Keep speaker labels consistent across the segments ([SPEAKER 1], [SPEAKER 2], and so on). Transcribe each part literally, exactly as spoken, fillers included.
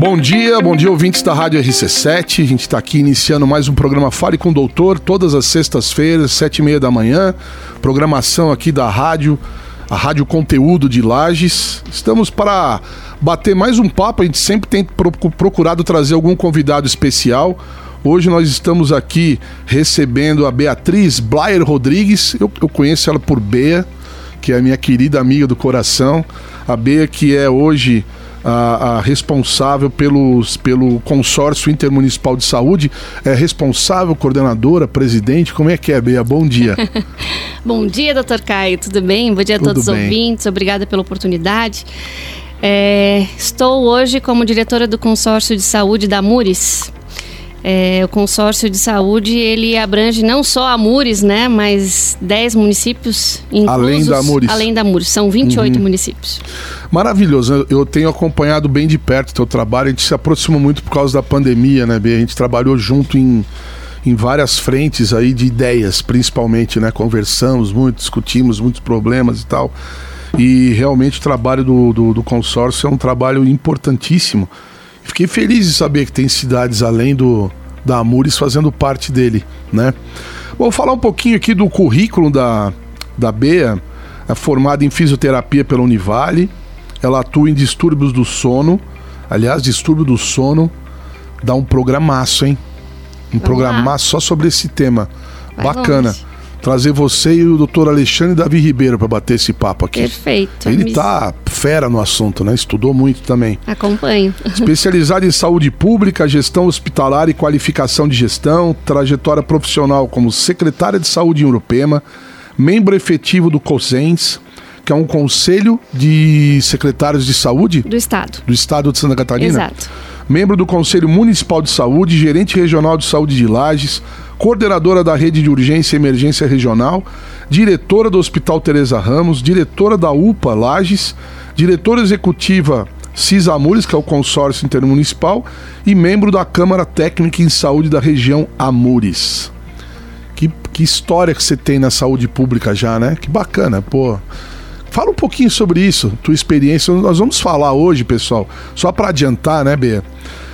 [SPEAKER 1] Bom dia, bom dia ouvintes da Rádio R C sete, a gente está aqui iniciando mais um programa Fale com o Doutor, todas as sextas-feiras, sete e meia da manhã, programação aqui da rádio, a Rádio Conteúdo de Lages. Estamos para bater mais um papo, a gente sempre tem procurado trazer algum convidado especial. Hoje nós estamos aqui recebendo a Beatriz Blair Rodrigues, eu, eu conheço ela por Bea, que é a minha querida amiga do coração, a Bea que é hoje a, a responsável pelos, pelo Consórcio Intermunicipal de Saúde, é responsável, coordenadora, presidente, como é que é, Bea? Bom dia.
[SPEAKER 2] Bom dia, doutor Caio, tudo bem? Bom dia a
[SPEAKER 1] Tudo
[SPEAKER 2] todos os
[SPEAKER 1] bem.
[SPEAKER 2] ouvintes, obrigada pela oportunidade. É, estou hoje como diretora do Consórcio de Saúde da Amures. É, o consórcio de saúde, ele abrange não só a Amures, né, mas dez municípios inclusos.
[SPEAKER 1] Além da Amures.
[SPEAKER 2] Além da Amures, são vinte e oito
[SPEAKER 1] Uhum.
[SPEAKER 2] municípios.
[SPEAKER 1] Maravilhoso, eu tenho acompanhado bem de perto o teu trabalho, a gente se aproximou muito por causa da pandemia, né, Bea? A gente trabalhou junto em, em várias frentes aí de ideias, principalmente, né, conversamos muito, discutimos muitos problemas e tal, e realmente o trabalho do, do, do consórcio é um trabalho importantíssimo. Fiquei feliz de saber que tem cidades além do, da Amures fazendo parte dele, né? Vou falar um pouquinho aqui do currículo da, da Bea. É formada em fisioterapia pela Univale. Ela atua em distúrbios do sono. Aliás, distúrbio do sono dá um programaço, hein? Um
[SPEAKER 2] Vamos
[SPEAKER 1] programaço só sobre esse tema.
[SPEAKER 2] Vai
[SPEAKER 1] Bacana.
[SPEAKER 2] longe.
[SPEAKER 1] Trazer você e o doutor Alexandre Davi Ribeiro para bater esse papo aqui.
[SPEAKER 2] Perfeito.
[SPEAKER 1] Ele
[SPEAKER 2] Me-
[SPEAKER 1] tá fera no assunto, né? Estudou muito também.
[SPEAKER 2] Acompanho.
[SPEAKER 1] Especializado em saúde pública, gestão hospitalar e qualificação de gestão, trajetória profissional como secretária de saúde em Urupema, membro efetivo do COSENS, que é um conselho de secretários de saúde
[SPEAKER 2] Do Estado.
[SPEAKER 1] do estado de Santa Catarina.
[SPEAKER 2] Exato.
[SPEAKER 1] Membro do Conselho Municipal de Saúde, gerente regional de saúde de Lages, coordenadora da rede de urgência e emergência regional, diretora do Hospital Teresa Ramos, diretora da U P A Lages, diretora executiva CISAMURES, que é o consórcio intermunicipal, e membro da Câmara Técnica em Saúde da região Amures. Que, que história que você tem na saúde pública já, né? Que bacana, pô. Fala um pouquinho sobre isso, tua experiência. Nós vamos falar hoje, pessoal, só para adiantar, né, Bea?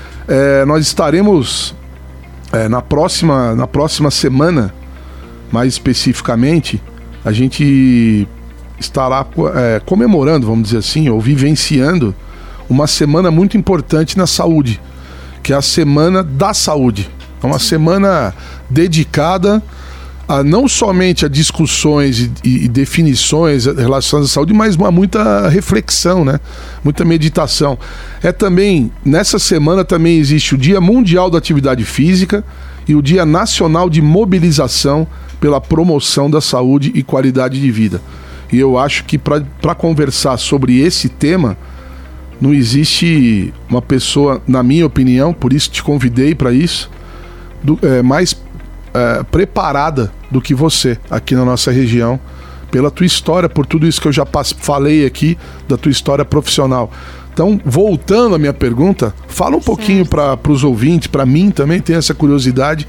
[SPEAKER 1] É, nós estaremos é, na, próxima, na próxima semana, mais especificamente, a gente estará é, comemorando, vamos dizer assim, ou vivenciando uma semana muito importante na saúde, que é a Semana da Saúde. É uma semana dedicada a, não somente a discussões e, e, e definições relacionadas à saúde, mas a muita reflexão, né? Muita meditação. É também, nessa semana também existe o Dia Mundial da Atividade Física e o Dia Nacional de Mobilização pela Promoção da Saúde e Qualidade de Vida. E eu acho que para conversar sobre esse tema, não existe uma pessoa, na minha opinião, por isso te convidei para isso, do, é, mais é, preparada do que você aqui na nossa região, pela tua história, por tudo isso que eu já passe, falei aqui da tua história profissional. Então, voltando à minha pergunta, fala um pouquinho para os ouvintes, para mim também tem essa curiosidade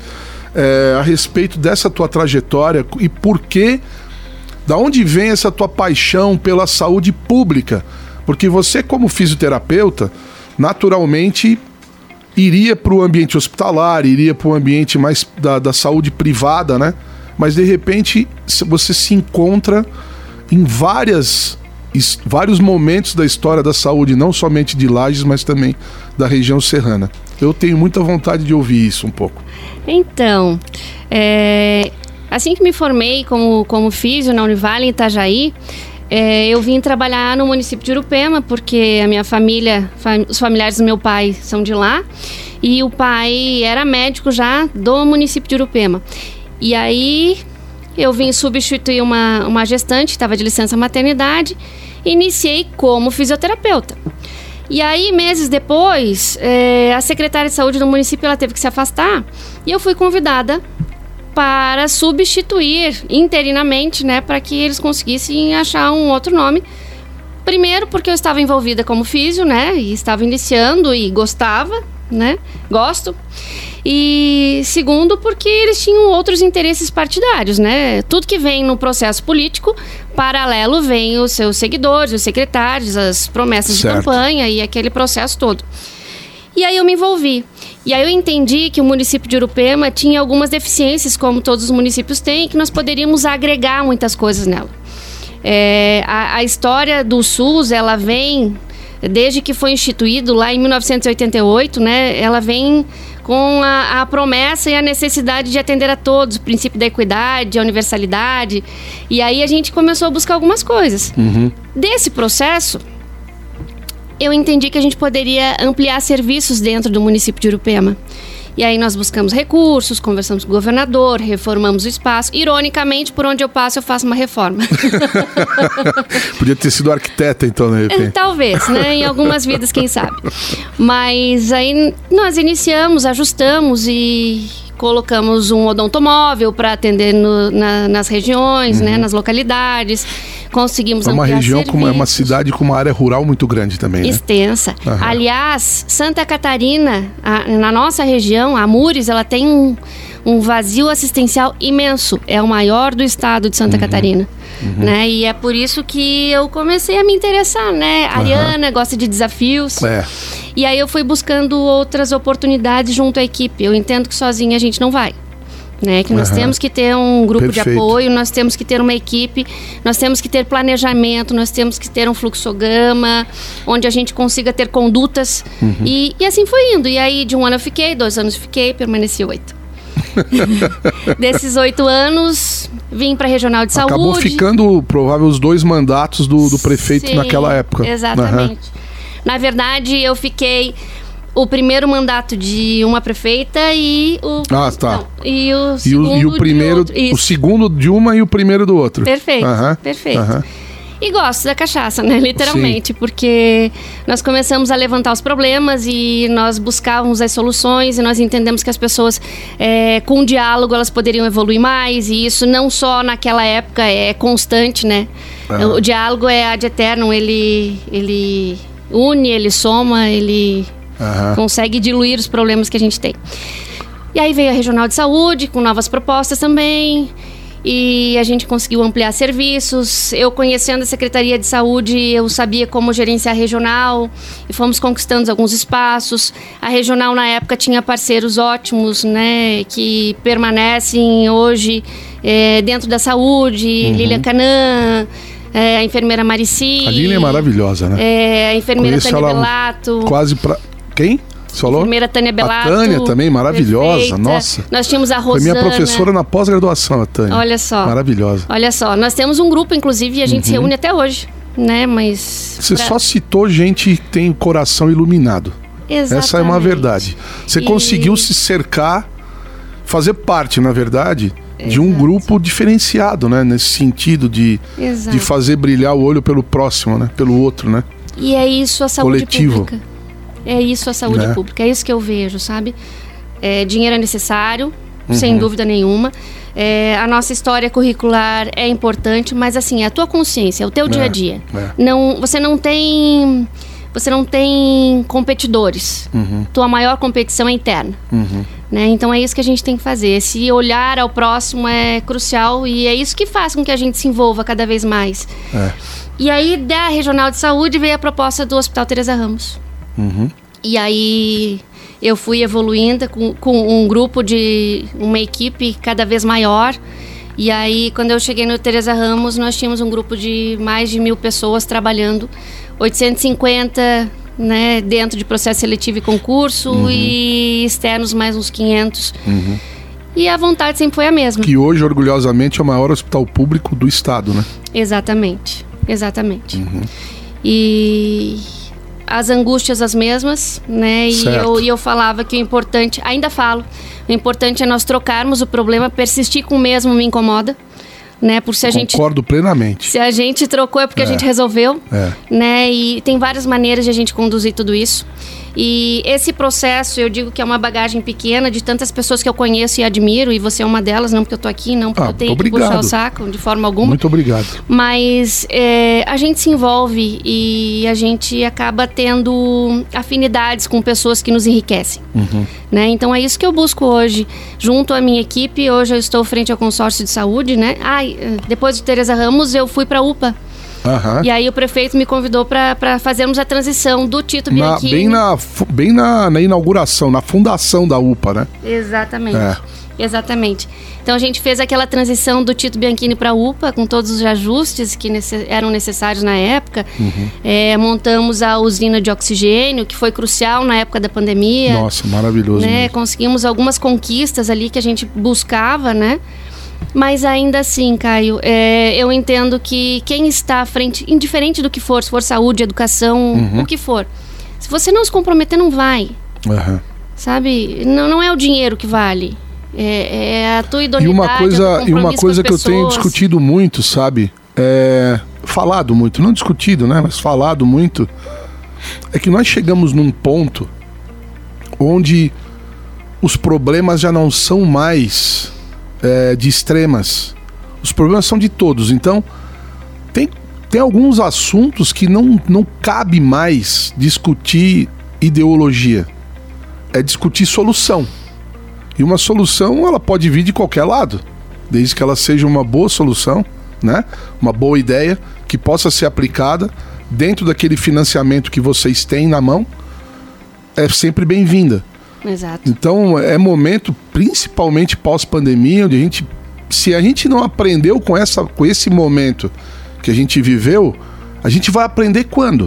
[SPEAKER 1] é, a respeito dessa tua trajetória e por que, da onde vem essa tua paixão pela saúde pública? Porque você, como fisioterapeuta, naturalmente iria para o ambiente hospitalar, iria para o ambiente mais da, da saúde privada, né? Mas de repente você se encontra em várias, vários momentos da história da saúde, não somente de Lages, mas também da região serrana. Eu tenho muita vontade de ouvir isso um pouco.
[SPEAKER 2] Então, é, assim que me formei como, como físio na Univale, em Itajaí, é, eu vim trabalhar no município de Urupema, porque a minha família, fam- os familiares do meu pai são de lá, e o pai era médico já do município de Urupema. E aí eu vim substituir uma, uma gestante, estava de licença maternidade, e iniciei como fisioterapeuta. E aí, meses depois, é, a secretária de saúde do município ela teve que se afastar, e eu fui convidada para substituir interinamente, né, para que eles conseguissem achar um outro nome. Primeiro porque eu estava envolvida como físio, né, e estava iniciando e gostava, né, gosto. E segundo porque eles tinham outros interesses partidários, né, tudo que vem no processo político, paralelo vem os seus seguidores, os secretários, as promessas
[SPEAKER 1] Certo.
[SPEAKER 2] de campanha e aquele processo todo. E E aí eu me envolvi. E aí eu entendi que o município de Urupema tinha algumas deficiências, como todos os municípios têm, que nós poderíamos agregar muitas coisas nela. É, a, a história do SUS, ela vem, desde que foi instituído lá em mil novecentos e oitenta e oito, né, ela vem com a, a promessa e a necessidade de atender a todos, o princípio da equidade, a universalidade. E aí a gente começou a buscar algumas coisas.
[SPEAKER 1] Uhum.
[SPEAKER 2] Desse processo, eu entendi que a gente poderia ampliar serviços dentro do município de Urupema. E aí nós buscamos recursos, conversamos com o governador, reformamos o espaço. Ironicamente, por onde eu passo, eu faço uma reforma.
[SPEAKER 1] Podia ter sido arquiteta, então, de repente.
[SPEAKER 2] Talvez, né? Em algumas vidas, quem sabe. Mas aí nós iniciamos, ajustamos e colocamos um odontomóvel para atender no, na, nas regiões, uhum. né? Nas localidades. Conseguimos
[SPEAKER 1] ampliar serviços. É uma região, como é uma cidade com uma área rural muito grande também, né?
[SPEAKER 2] Extensa. Uhum. Aliás, Santa Catarina, a, na nossa região, a Mures, ela tem um, um vazio assistencial imenso. É o maior do estado de Santa uhum. Catarina. Uhum. Né? E é por isso que eu comecei a me interessar, né? A Ariana uhum. gosta de desafios.
[SPEAKER 1] É.
[SPEAKER 2] E aí eu fui buscando outras oportunidades junto à equipe. Eu entendo que sozinha a gente não vai. Né, que nós uhum. temos que ter um grupo Perfeito. de apoio, nós temos que ter uma equipe, nós temos que ter planejamento, nós temos que ter um fluxograma, onde a gente consiga ter condutas. Uhum. E, e assim foi indo. E aí de um ano eu fiquei, dois anos eu fiquei, permaneci oito. Desses oito anos, vim para a Regional de Saúde.
[SPEAKER 1] Acabou ficando provável os dois mandatos do, do prefeito Sim, naquela época.
[SPEAKER 2] Exatamente. Uhum. Na verdade, eu fiquei o primeiro mandato de uma prefeita e o
[SPEAKER 1] ah tá
[SPEAKER 2] não, e o segundo
[SPEAKER 1] e o, e o primeiro
[SPEAKER 2] de
[SPEAKER 1] o segundo de uma e o primeiro do outro.
[SPEAKER 2] Perfeito, uhum. perfeito. Uhum. E gosto da cachaça, né? Literalmente, Sim. porque nós começamos a levantar os problemas e nós buscávamos as soluções e nós entendemos que as pessoas, é, com diálogo, elas poderiam evoluir mais, e isso não só naquela época, é constante, né? Uhum. O diálogo é ad eternum, ele, ele une, ele soma, ele uhum. consegue diluir os problemas que a gente tem. E aí veio a Regional de Saúde, com novas propostas também. E a gente conseguiu ampliar serviços. Eu, conhecendo a Secretaria de Saúde, eu sabia como gerenciar a regional e fomos conquistando alguns espaços. A regional, na época, tinha parceiros ótimos, né, que permanecem hoje é, dentro da saúde. Uhum. Lilian Canã, é, a enfermeira Marici.
[SPEAKER 1] A Lilian é maravilhosa, né?
[SPEAKER 2] É, a enfermeira Tânia Belato.
[SPEAKER 1] Quase pra... Quem? Você falou?
[SPEAKER 2] A enfermeira Tânia Belato.
[SPEAKER 1] A Tânia também, maravilhosa,
[SPEAKER 2] perfeita.
[SPEAKER 1] Nossa.
[SPEAKER 2] Nós tínhamos a Rosana.
[SPEAKER 1] Foi minha professora na pós-graduação, a Tânia.
[SPEAKER 2] Olha só.
[SPEAKER 1] Maravilhosa.
[SPEAKER 2] Olha só, nós temos um grupo, inclusive, e a gente uhum. se reúne até hoje, né, mas...
[SPEAKER 1] Você
[SPEAKER 2] pra...
[SPEAKER 1] só citou gente que tem o coração iluminado.
[SPEAKER 2] Exatamente.
[SPEAKER 1] Essa é uma verdade. Você e... conseguiu se cercar, fazer parte, na verdade, Exato. de um grupo diferenciado, né, nesse sentido de, de fazer brilhar o olho pelo próximo, né, pelo outro, né.
[SPEAKER 2] E é isso a saúde
[SPEAKER 1] Coletivo.
[SPEAKER 2] pública. É isso a saúde
[SPEAKER 1] né?
[SPEAKER 2] pública, é isso que eu vejo, sabe? É, dinheiro é necessário,
[SPEAKER 1] uhum.
[SPEAKER 2] sem dúvida nenhuma. É, a nossa história curricular é importante, mas assim, é a tua consciência, é o teu é, dia a dia.
[SPEAKER 1] É.
[SPEAKER 2] Não, você não tem, você não tem competidores.
[SPEAKER 1] Uhum.
[SPEAKER 2] Tua maior competição é interna.
[SPEAKER 1] Uhum.
[SPEAKER 2] Né? Então é isso que a gente tem que fazer. Esse olhar ao próximo é crucial e é isso que faz com que a gente se envolva cada vez mais.
[SPEAKER 1] É.
[SPEAKER 2] E aí, da Regional de Saúde, veio a proposta do Hospital Teresa Ramos.
[SPEAKER 1] Uhum.
[SPEAKER 2] E aí eu fui evoluindo com, com um grupo de uma equipe cada vez maior. E aí quando eu cheguei no Teresa Ramos, nós tínhamos um grupo de mais de mil pessoas trabalhando, oitocentos e cinquenta, né, dentro de processo seletivo e concurso, uhum. e externos mais uns quinhentos.
[SPEAKER 1] Uhum.
[SPEAKER 2] E a vontade sempre foi a mesma.
[SPEAKER 1] Que hoje, orgulhosamente, é o maior hospital público do estado, né?
[SPEAKER 2] Exatamente, exatamente.
[SPEAKER 1] Uhum.
[SPEAKER 2] E as angústias as mesmas, né? E eu, e eu falava que o importante, ainda falo, o importante é nós trocarmos o problema, persistir com o mesmo me incomoda, né? Por se a gente
[SPEAKER 1] Concordo plenamente.
[SPEAKER 2] Se a gente trocou é porque é. a gente resolveu,
[SPEAKER 1] é.
[SPEAKER 2] né? E tem várias maneiras de a gente conduzir tudo isso. E esse processo, eu digo que é uma bagagem pequena de tantas pessoas que eu conheço e admiro, e você é uma delas, não porque eu tô aqui, não porque
[SPEAKER 1] ah,
[SPEAKER 2] eu tenho
[SPEAKER 1] obrigado.
[SPEAKER 2] que puxar o saco, de forma alguma.
[SPEAKER 1] Muito obrigado.
[SPEAKER 2] Mas é, a gente se envolve e a gente acaba tendo afinidades com pessoas que nos enriquecem.
[SPEAKER 1] Uhum.
[SPEAKER 2] Né? Então é isso que eu busco hoje, junto à minha equipe. Hoje eu estou frente ao consórcio de saúde, né? Ah, depois do Teresa Ramos eu fui para a U P A.
[SPEAKER 1] Uhum.
[SPEAKER 2] E aí o prefeito me convidou para fazermos a transição do Tito
[SPEAKER 1] na,
[SPEAKER 2] Bianchini.
[SPEAKER 1] Bem, na, bem na, na inauguração, na fundação da U P A, né?
[SPEAKER 2] Exatamente.
[SPEAKER 1] É.
[SPEAKER 2] Exatamente. Então a gente fez aquela transição do Tito Bianchini para a U P A, com todos os ajustes que nesse, eram necessários na época. Uhum. É, montamos a usina de oxigênio, que foi crucial na época da pandemia.
[SPEAKER 1] Nossa, maravilhoso.
[SPEAKER 2] Né? Conseguimos algumas conquistas ali que a gente buscava, né? Mas ainda assim, Caio, é, eu entendo que quem está à frente, indiferente do que for, se for saúde, educação, uhum. o que for, se você não se comprometer, não vai.
[SPEAKER 1] Uhum.
[SPEAKER 2] Sabe? Não, não é o dinheiro que vale. É, é a tua idoneidade.
[SPEAKER 1] E uma coisa, e uma coisa que eu tenho discutido muito, sabe? É, falado muito, não discutido, né? Mas falado muito. É que nós chegamos num ponto onde os problemas já não são mais é, de extremas. Os problemas são de todos. Então, tem, tem alguns assuntos que não, não cabe mais discutir ideologia. É discutir solução. E uma solução, ela pode vir de qualquer lado, desde que ela seja uma boa solução, né? Uma boa ideia, que possa ser aplicada dentro daquele financiamento que vocês têm na mão, é sempre bem-vinda.
[SPEAKER 2] Exato.
[SPEAKER 1] Então, é momento, principalmente pós-pandemia, onde a gente, se a gente não aprendeu com, essa, com esse momento que a gente viveu, a gente vai aprender quando?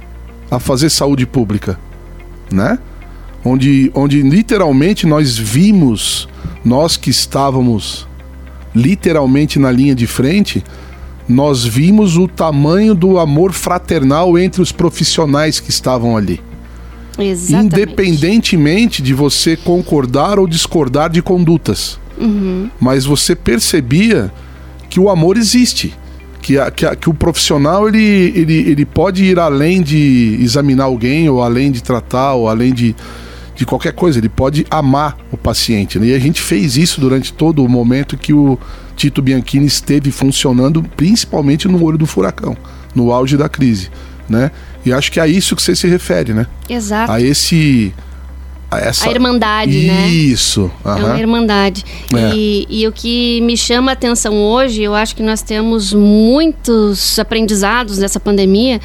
[SPEAKER 1] A fazer saúde pública, né? Onde, onde literalmente nós vimos, nós que estávamos literalmente na linha de frente, nós vimos o tamanho do amor fraternal entre os profissionais que estavam ali.
[SPEAKER 2] Exatamente.
[SPEAKER 1] Independentemente de você concordar ou discordar de condutas.
[SPEAKER 2] Uhum.
[SPEAKER 1] Mas você percebia que o amor existe. Que, a, que, a, que o profissional ele, ele, ele pode ir além de examinar alguém, ou além de tratar, ou além de... de qualquer coisa, ele pode amar o paciente, né? E a gente fez isso durante todo o momento que o Tito Bianchini esteve funcionando, principalmente no olho do furacão, no auge da crise, né? E acho que é a isso que você se refere, né?
[SPEAKER 2] Exato.
[SPEAKER 1] A esse... A, essa...
[SPEAKER 2] a irmandade,
[SPEAKER 1] isso,
[SPEAKER 2] né?
[SPEAKER 1] Isso.
[SPEAKER 2] É uma irmandade.
[SPEAKER 1] É.
[SPEAKER 2] E, e o que me chama a atenção hoje, eu acho que nós temos muitos aprendizados dessa pandemia,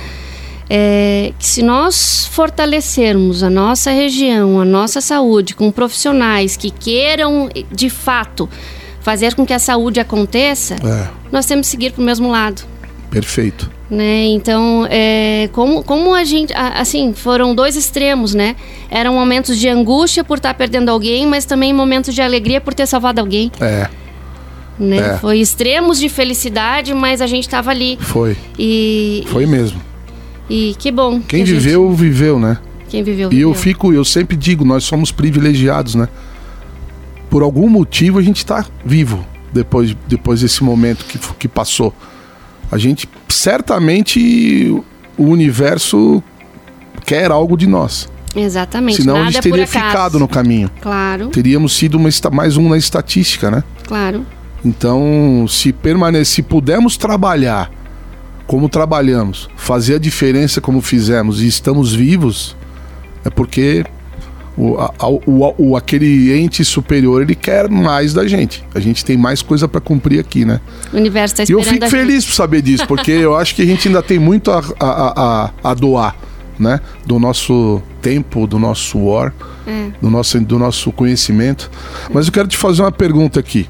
[SPEAKER 2] é que se nós fortalecermos a nossa região, a nossa saúde, com profissionais que queiram, de fato, fazer com que a saúde aconteça,
[SPEAKER 1] é.
[SPEAKER 2] nós temos que seguir para o mesmo lado.
[SPEAKER 1] Perfeito.
[SPEAKER 2] Né? Então, é, como, como a gente... Assim, foram dois extremos, né? Eram momentos de angústia por estar perdendo alguém, mas também momentos de alegria por ter salvado alguém.
[SPEAKER 1] É.
[SPEAKER 2] Né?
[SPEAKER 1] É.
[SPEAKER 2] Foi extremos de felicidade, mas a gente estava ali.
[SPEAKER 1] Foi.
[SPEAKER 2] E,
[SPEAKER 1] Foi mesmo.
[SPEAKER 2] E que bom.
[SPEAKER 1] Quem
[SPEAKER 2] que
[SPEAKER 1] viveu,
[SPEAKER 2] gente...
[SPEAKER 1] viveu, né?
[SPEAKER 2] Quem viveu,
[SPEAKER 1] E
[SPEAKER 2] viveu.
[SPEAKER 1] eu fico, eu sempre digo, nós somos privilegiados, né? Por algum motivo a gente está vivo depois, depois desse momento que, que passou. A gente, certamente, o universo quer algo de nós.
[SPEAKER 2] Exatamente.
[SPEAKER 1] Senão
[SPEAKER 2] Nada
[SPEAKER 1] a gente
[SPEAKER 2] é
[SPEAKER 1] teria
[SPEAKER 2] por acaso.
[SPEAKER 1] ficado no caminho.
[SPEAKER 2] Claro.
[SPEAKER 1] Teríamos sido uma, mais um na estatística, né?
[SPEAKER 2] Claro.
[SPEAKER 1] Então, se permanecer, se pudermos trabalhar como trabalhamos, fazer a diferença como fizemos e estamos vivos, é porque o, a, o, o, aquele ente superior, ele quer mais da gente. A gente tem mais coisa para cumprir aqui, né?
[SPEAKER 2] O universo está
[SPEAKER 1] E
[SPEAKER 2] esperando.
[SPEAKER 1] eu fico feliz por saber disso, porque eu acho que a gente ainda tem muito a, a, a, a doar, né? Do nosso tempo, do nosso suor,
[SPEAKER 2] é.
[SPEAKER 1] do, nosso, do nosso conhecimento. Mas eu quero te fazer uma pergunta aqui.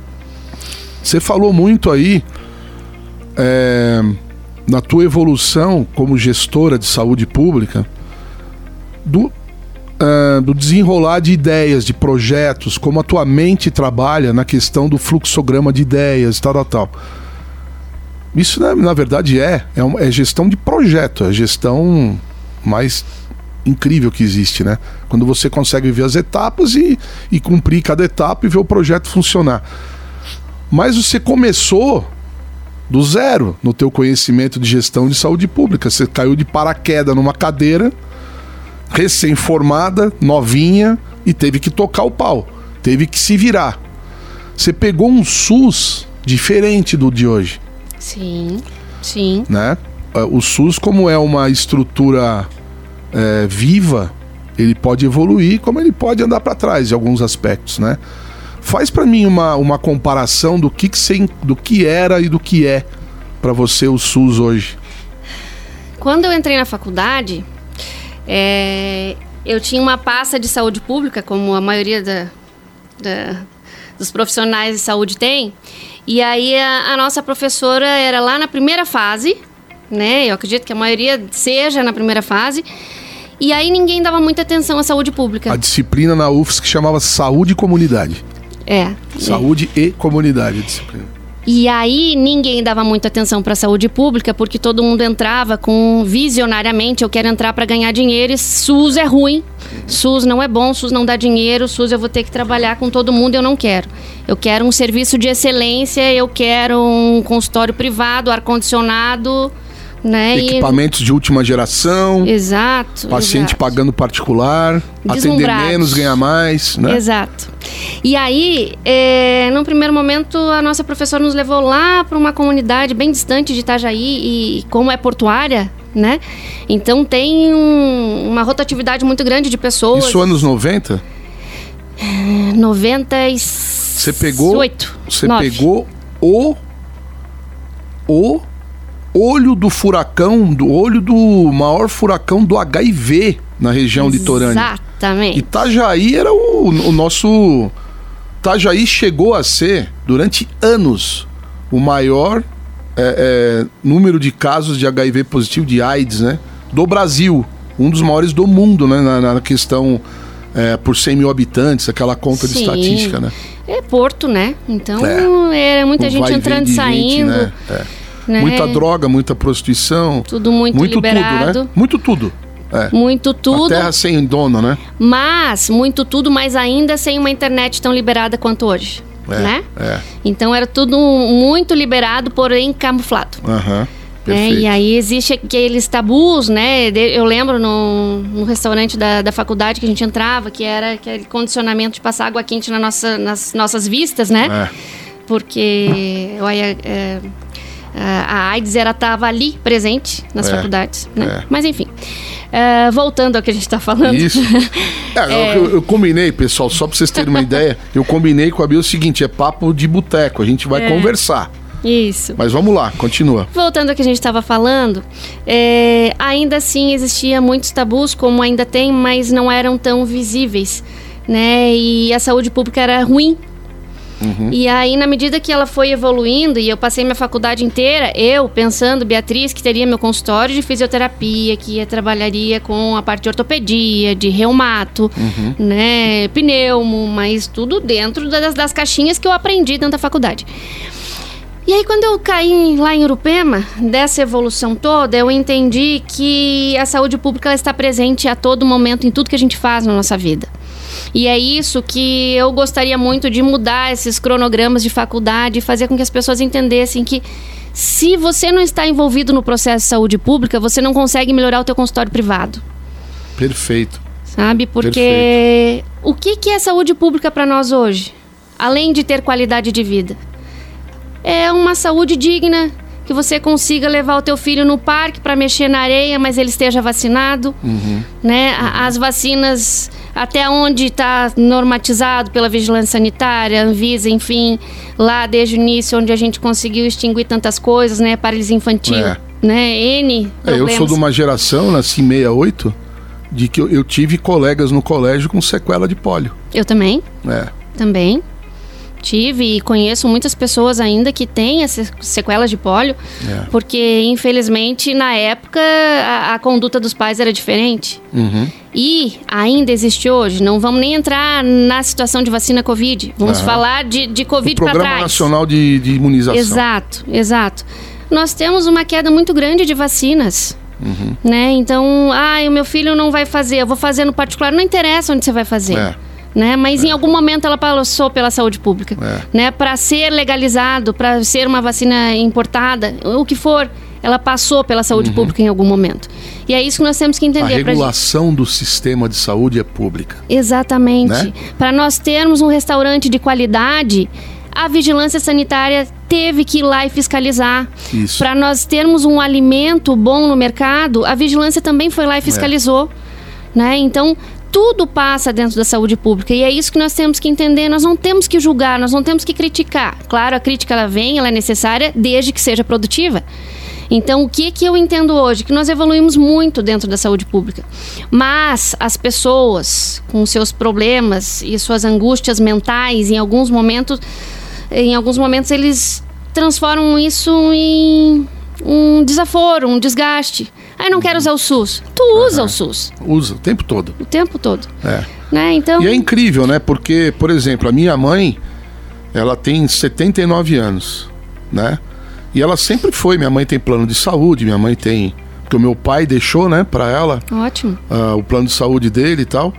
[SPEAKER 1] Você falou muito aí é, na tua evolução como gestora de saúde pública do, uh, do desenrolar de ideias, de projetos, como a tua mente trabalha na questão do fluxograma de ideias, tal, tal, tal. Isso, na, na verdade, é, é, uma, é gestão de projeto, é a gestão mais incrível que existe, né? Quando você consegue ver as etapas e, e cumprir cada etapa e ver o projeto funcionar. Mas você começou do zero no teu conhecimento de gestão de saúde pública. Você caiu de paraquedas numa cadeira, recém-formada, novinha, e teve que tocar o pau. Teve que se virar. Você pegou um SUS diferente do de hoje.
[SPEAKER 2] Sim, sim.
[SPEAKER 1] Né? O SUS, como é uma estrutura é, viva, ele pode evoluir, como ele pode andar para trás em alguns aspectos, né? Faz para mim uma, uma comparação do que, que, você, do que era e do que é para você o SUS hoje?
[SPEAKER 2] Quando eu entrei na faculdade, é, eu tinha uma pasta de saúde pública, como a maioria da, da, dos profissionais de saúde tem. E aí a, a nossa professora era lá na primeira fase, né? Eu acredito que a maioria seja na primeira fase. E aí ninguém dava muita atenção à saúde pública.
[SPEAKER 1] A disciplina na U F S que chamava Saúde e Comunidade.
[SPEAKER 2] É.
[SPEAKER 1] Saúde é. e Comunidade, a disciplina.
[SPEAKER 2] E aí ninguém dava muita atenção para a saúde pública, porque todo mundo entrava com visionariamente, eu quero entrar para ganhar dinheiro e SUS é ruim, SUS não é bom, SUS não dá dinheiro, SUS eu vou ter que trabalhar com todo mundo, eu não quero. Eu quero um serviço de excelência, eu quero um consultório privado, ar-condicionado, né?
[SPEAKER 1] Equipamentos e... de última geração.
[SPEAKER 2] Exato.
[SPEAKER 1] Paciente
[SPEAKER 2] exato.
[SPEAKER 1] pagando particular, atender menos, ganhar mais, né?
[SPEAKER 2] Exato. E aí, é, num primeiro momento, a nossa professora nos levou lá para uma comunidade bem distante de Itajaí, e como é portuária, né? Então tem um, uma rotatividade muito grande de pessoas.
[SPEAKER 1] Isso anos noventa?
[SPEAKER 2] É, noventa e oito.
[SPEAKER 1] Você pegou, você pegou o o olho do furacão, do olho do maior furacão do H I V na região litorânea.
[SPEAKER 2] Exatamente.
[SPEAKER 1] Itajaí era o, o nosso... Itajaí chegou a ser, durante anos, o maior é, é, número de casos de H I V positivo, de AIDS, né, do Brasil. Um dos maiores do mundo, né, na, na questão é, por cem mil habitantes, aquela conta Sim. de estatística, né?
[SPEAKER 2] É Porto, né? Então
[SPEAKER 1] é.
[SPEAKER 2] era muita o gente entrando e saindo.
[SPEAKER 1] Gente, né? É. Né? Muita droga, muita prostituição.
[SPEAKER 2] Tudo muito, muito liberado.
[SPEAKER 1] Tudo, né? Muito tudo. É.
[SPEAKER 2] Muito tudo.
[SPEAKER 1] A terra sem dono, né?
[SPEAKER 2] Mas, muito tudo, mas ainda sem uma internet tão liberada quanto hoje.
[SPEAKER 1] É,
[SPEAKER 2] né?
[SPEAKER 1] É.
[SPEAKER 2] Então era tudo muito liberado, porém camuflado.
[SPEAKER 1] Aham.
[SPEAKER 2] É, e aí existe aqueles tabus, né? Eu lembro no, no restaurante da, da faculdade que a gente entrava, que era aquele condicionamento de passar água quente na nossa, nas nossas vistas, né?
[SPEAKER 1] É.
[SPEAKER 2] Porque olha, é, a AIDS estava ali presente nas
[SPEAKER 1] é.
[SPEAKER 2] faculdades, né?
[SPEAKER 1] É.
[SPEAKER 2] Mas enfim, é, voltando ao que a gente está falando.
[SPEAKER 1] Isso. É, é... Eu, eu combinei, pessoal, só para vocês terem uma ideia, eu combinei com a Bia o seguinte, é papo de boteco, a gente vai
[SPEAKER 2] é.
[SPEAKER 1] conversar.
[SPEAKER 2] Isso.
[SPEAKER 1] Mas vamos lá, continua.
[SPEAKER 2] Voltando ao que a gente estava falando, é, ainda assim existia muitos tabus, como ainda tem, mas não eram tão visíveis, né? E a saúde pública era ruim.
[SPEAKER 1] Uhum.
[SPEAKER 2] E aí, na medida que ela foi evoluindo, e eu passei minha faculdade inteira, eu pensando, Beatriz, que teria meu consultório de fisioterapia, que ia, trabalharia com a parte de ortopedia, de reumato,
[SPEAKER 1] uhum.
[SPEAKER 2] né? Pneumo, mas tudo dentro das, das caixinhas que eu aprendi dentro da faculdade. E aí, quando eu caí lá em Urupema, dessa evolução toda, eu entendi que a saúde pública ela está presente a todo momento em tudo que a gente faz na nossa vida. E é isso que eu gostaria muito de mudar esses cronogramas de faculdade e fazer com que as pessoas entendessem que se você não está envolvido no processo de saúde pública, você não consegue melhorar o teu consultório privado.
[SPEAKER 1] Perfeito.
[SPEAKER 2] Sabe? Porque
[SPEAKER 1] Perfeito.
[SPEAKER 2] O que, que é saúde pública para nós hoje? Além de ter qualidade de vida. É uma saúde digna, que você consiga levar o teu filho no parque para mexer na areia, mas ele esteja vacinado,
[SPEAKER 1] uhum.
[SPEAKER 2] né? As vacinas, até onde está normatizado pela Vigilância Sanitária, Anvisa, enfim, lá desde o início, onde a gente conseguiu extinguir tantas coisas, né? Paralisia infantil,
[SPEAKER 1] é.
[SPEAKER 2] né? N
[SPEAKER 1] é, eu sou de uma geração, nasci em sessenta e oito, de que eu, eu tive colegas no colégio com sequela de pólio.
[SPEAKER 2] Eu também.
[SPEAKER 1] É.
[SPEAKER 2] Também. Tive e conheço muitas pessoas ainda que têm essas sequelas de pólio,
[SPEAKER 1] é.
[SPEAKER 2] porque infelizmente na época a, a conduta dos pais era diferente.
[SPEAKER 1] Uhum.
[SPEAKER 2] E ainda existe hoje, não vamos nem entrar na situação de vacina Covid, vamos
[SPEAKER 1] uhum.
[SPEAKER 2] falar de, de Covid para trás.
[SPEAKER 1] Programa Nacional de, de Imunização.
[SPEAKER 2] Exato, exato. Nós temos uma queda muito grande de vacinas.
[SPEAKER 1] Uhum.
[SPEAKER 2] Né? Então, ah, o meu filho não vai fazer, eu vou fazer no particular, não interessa onde você vai fazer.
[SPEAKER 1] É.
[SPEAKER 2] Né? Mas
[SPEAKER 1] é.
[SPEAKER 2] em algum momento ela passou pela saúde pública,
[SPEAKER 1] é.
[SPEAKER 2] né? Para ser legalizado, para ser uma vacina importada, o que for, ela passou pela saúde
[SPEAKER 1] uhum.
[SPEAKER 2] pública em algum momento. E é isso que nós temos que entender.
[SPEAKER 1] A regulação pra... do sistema de saúde é pública.
[SPEAKER 2] Exatamente.
[SPEAKER 1] Né?
[SPEAKER 2] Para nós termos um restaurante de qualidade, a vigilância sanitária teve que ir lá e fiscalizar.
[SPEAKER 1] Isso.
[SPEAKER 2] Para nós termos um alimento bom no mercado, a vigilância também foi lá e fiscalizou. É. né? Então, tudo passa dentro da saúde pública e é isso que nós temos que entender. Nós não temos que julgar, nós não temos que criticar. Claro, a crítica ela vem, ela é necessária desde que seja produtiva. Então, o que, que eu entendo hoje? Que nós evoluímos muito dentro da saúde pública. Mas as pessoas, com seus problemas e suas angústias mentais, em alguns momentos, em alguns momentos eles transformam isso em um desaforo, um desgaste. Ah, eu não quero usar o SUS. Tu usa uhum. o SUS.
[SPEAKER 1] Usa, o tempo todo.
[SPEAKER 2] O tempo todo.
[SPEAKER 1] É.
[SPEAKER 2] Né? Então...
[SPEAKER 1] E é incrível, né? Porque, por exemplo, a minha mãe, ela tem setenta e nove anos, né? E ela sempre foi, minha mãe tem plano de saúde, minha mãe tem... Porque o meu pai deixou, né, pra ela...
[SPEAKER 2] Ótimo.
[SPEAKER 1] Uh, o plano de saúde dele e tal.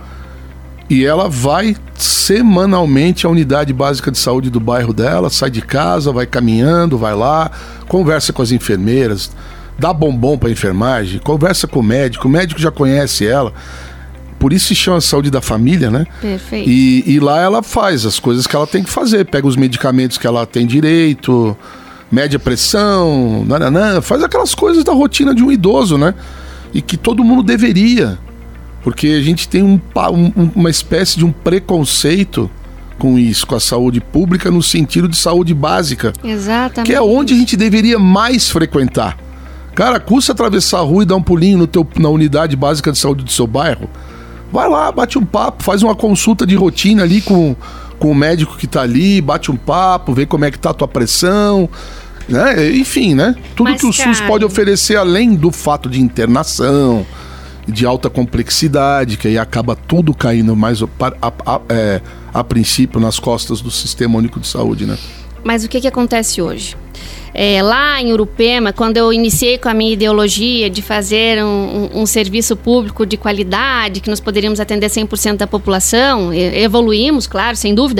[SPEAKER 1] E ela vai semanalmente à unidade básica de saúde do bairro dela, sai de casa, vai caminhando, vai lá, conversa com as enfermeiras, dá bombom pra enfermagem, conversa com o médico, o médico já conhece ela. Por isso se chama saúde da família, né?
[SPEAKER 2] Perfeito.
[SPEAKER 1] E, e lá ela faz as coisas que ela tem que fazer, pega os medicamentos que ela tem direito... mede a pressão, nananã, faz aquelas coisas da rotina de um idoso, né? E que todo mundo deveria, porque a gente tem um, um, uma espécie de um preconceito com isso, com a saúde pública no sentido de saúde básica.
[SPEAKER 2] Exatamente.
[SPEAKER 1] Que é onde a gente deveria mais frequentar. Cara, custa atravessar a rua e dar um pulinho no teu, na unidade básica de saúde do seu bairro? Vai lá, bate um papo, faz uma consulta de rotina ali com... com o médico que tá ali, bate um papo, vê como é que tá a tua pressão, né? Enfim, né? Tudo Mas, que o cara... SUS pode oferecer, além do fato de internação, de alta complexidade, que aí acaba tudo caindo mais a, a, a, é, a princípio nas costas do Sistema Único de Saúde, né?
[SPEAKER 2] Mas o que que acontece hoje? É, lá em Urupema, quando eu iniciei com a minha ideologia de fazer um, um, um serviço público de qualidade, que nós poderíamos atender cem por cento da população, evoluímos, claro, sem dúvida,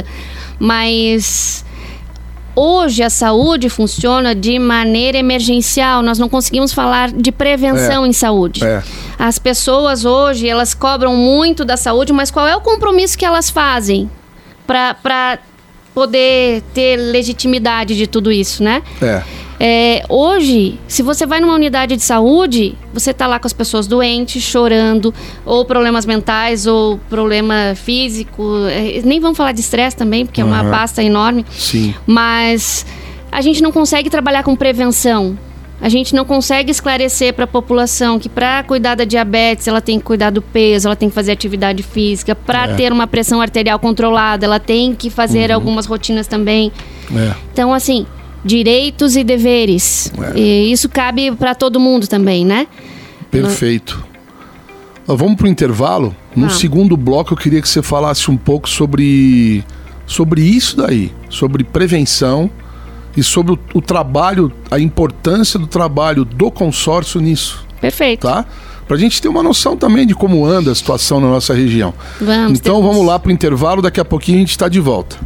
[SPEAKER 2] mas hoje a saúde funciona de maneira emergencial, nós não conseguimos falar de prevenção é, em saúde. É. As pessoas hoje, elas cobram muito da saúde, mas qual é o compromisso que elas fazem para poder ter legitimidade de tudo isso, né?
[SPEAKER 1] É.
[SPEAKER 2] É, hoje, se você vai numa unidade de saúde, você tá lá com as pessoas doentes, chorando, ou problemas mentais, ou problema físico, é, nem vamos falar de estresse também, porque uhum. é uma pasta enorme.
[SPEAKER 1] Sim.
[SPEAKER 2] Mas a gente não consegue trabalhar com prevenção. A gente não consegue esclarecer para a população que para cuidar da diabetes, ela tem que cuidar do peso, ela tem que fazer atividade física. Para é. ter uma pressão arterial controlada, ela tem que fazer uhum. algumas rotinas também. É. Então, assim, direitos e deveres. É. E isso cabe para todo mundo também, né?
[SPEAKER 1] Perfeito. No... Vamos para o intervalo. No ah. segundo bloco, eu queria que você falasse um pouco sobre, sobre isso daí, sobre prevenção e sobre o, o trabalho, a importância do trabalho do consórcio nisso.
[SPEAKER 2] Perfeito.
[SPEAKER 1] Tá? Pra gente ter uma noção também de como anda a situação na nossa região.
[SPEAKER 2] Vamos,
[SPEAKER 1] então
[SPEAKER 2] temos.
[SPEAKER 1] vamos lá pro intervalo, daqui a pouquinho a gente está de volta.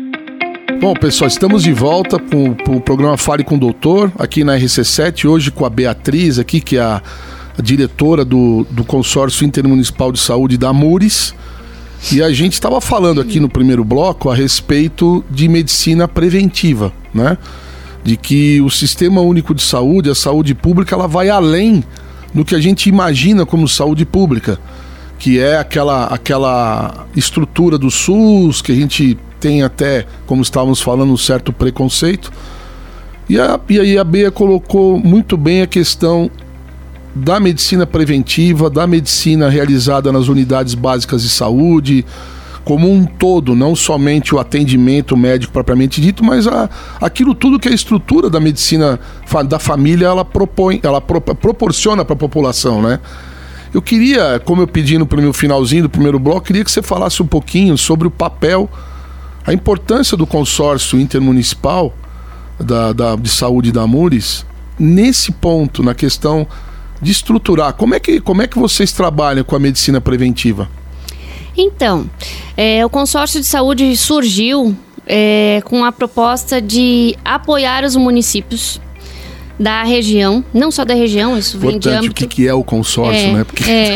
[SPEAKER 1] Bom, pessoal, estamos de volta com, com o programa Fale com o Doutor, aqui na R C sete, hoje com a Beatriz aqui, que é a, a diretora do, do Consórcio Intermunicipal de Saúde da Amures. E a gente estava falando aqui no primeiro bloco a respeito de medicina preventiva, né? De que o Sistema Único de Saúde, a saúde pública, ela vai além do que a gente imagina como saúde pública, que é aquela, aquela estrutura do SUS, que a gente tem até, como estávamos falando, um certo preconceito. E, a, e aí a Bea colocou muito bem a questão da medicina preventiva, da medicina realizada nas unidades básicas de saúde, como um todo, não somente o atendimento médico propriamente dito, mas a, aquilo tudo que a estrutura da medicina da família ela propõe, ela pro, proporciona para a população, né? Eu queria, como eu pedi no primeiro finalzinho do primeiro bloco, queria que você falasse um pouquinho sobre o papel, a importância do consórcio intermunicipal da, da, de saúde da Amures nesse ponto, na questão de estruturar. Como é que, como é que vocês trabalham com a medicina preventiva?
[SPEAKER 2] Então, é, o consórcio de saúde surgiu é, com a proposta de apoiar os municípios da região, não só da região, isso vem de âmbito...
[SPEAKER 1] o que, que é o consórcio,
[SPEAKER 2] é,
[SPEAKER 1] né? Porque...
[SPEAKER 2] É.